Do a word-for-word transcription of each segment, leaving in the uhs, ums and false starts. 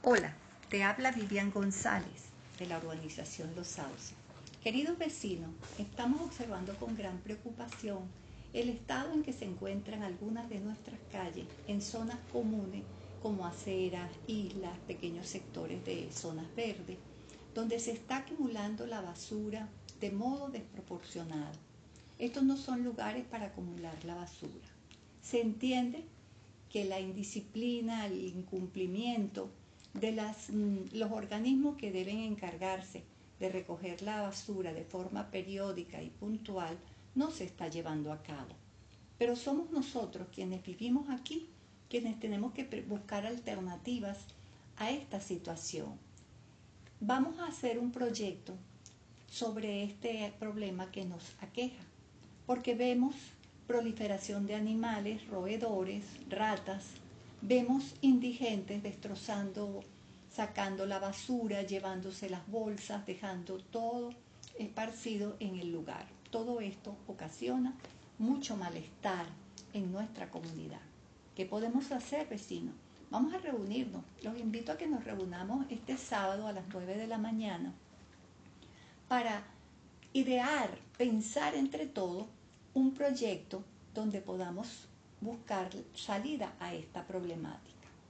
Hola, te habla Vivian González de la urbanización Los Sauces. Queridos vecinos, estamos observando con gran preocupación el estado en que se encuentran algunas de nuestras calles en zonas comunes como aceras, islas, pequeños sectores de zonas verdes, donde se está acumulando la basura de modo desproporcionado. Estos no son lugares para acumular la basura. Se entiende que la indisciplina, el incumplimiento de las, los organismos que deben encargarse de recoger la basura de forma periódica y puntual no se está llevando a cabo. Pero somos nosotros quienes vivimos aquí, quienes tenemos que buscar alternativas a esta situación. Vamos a hacer un proyecto sobre este problema que nos aqueja, porque vemos proliferación de animales, roedores, ratas, vemos indigentes destrozando, sacando la basura, llevándose las bolsas, dejando todo esparcido en el lugar. Todo esto ocasiona mucho malestar en nuestra comunidad. ¿Qué podemos hacer, vecinos? Vamos a reunirnos. Los invito a que nos reunamos este sábado a las nueve de la mañana para idear, pensar entre todos un proyecto donde podamos buscar salida a esta problemática.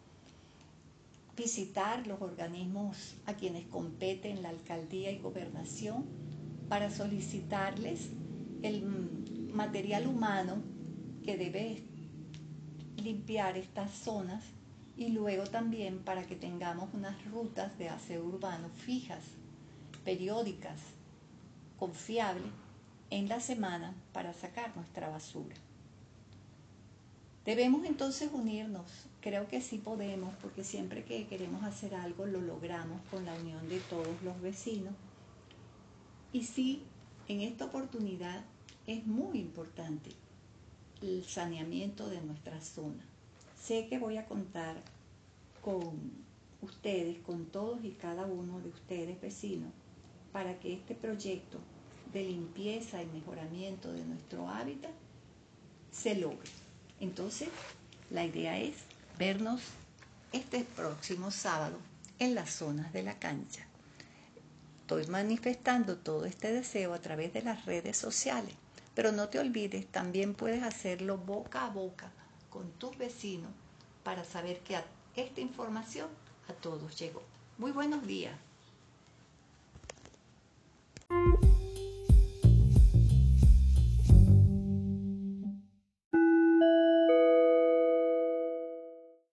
Visitar los organismos a quienes competen la alcaldía y gobernación para solicitarles el material humano que debe limpiar estas zonas y luego también para que tengamos unas rutas de aseo urbano fijas, periódicas, confiables en la semana para sacar nuestra basura. Debemos entonces unirnos. Creo que sí podemos, porque siempre que queremos hacer algo lo logramos con la unión de todos los vecinos. Y sí, en esta oportunidad es muy importante el saneamiento de nuestra zona. Sé que voy a contar con ustedes, con todos y cada uno de ustedes vecinos, para que este proyecto de limpieza y mejoramiento de nuestro hábitat se logre. Entonces, la idea es vernos este próximo sábado en las zonas de la cancha. Estoy manifestando todo este deseo a través de las redes sociales, pero no te olvides, también puedes hacerlo boca a boca con tus vecinos para saber que esta información a todos llegó. Muy buenos días.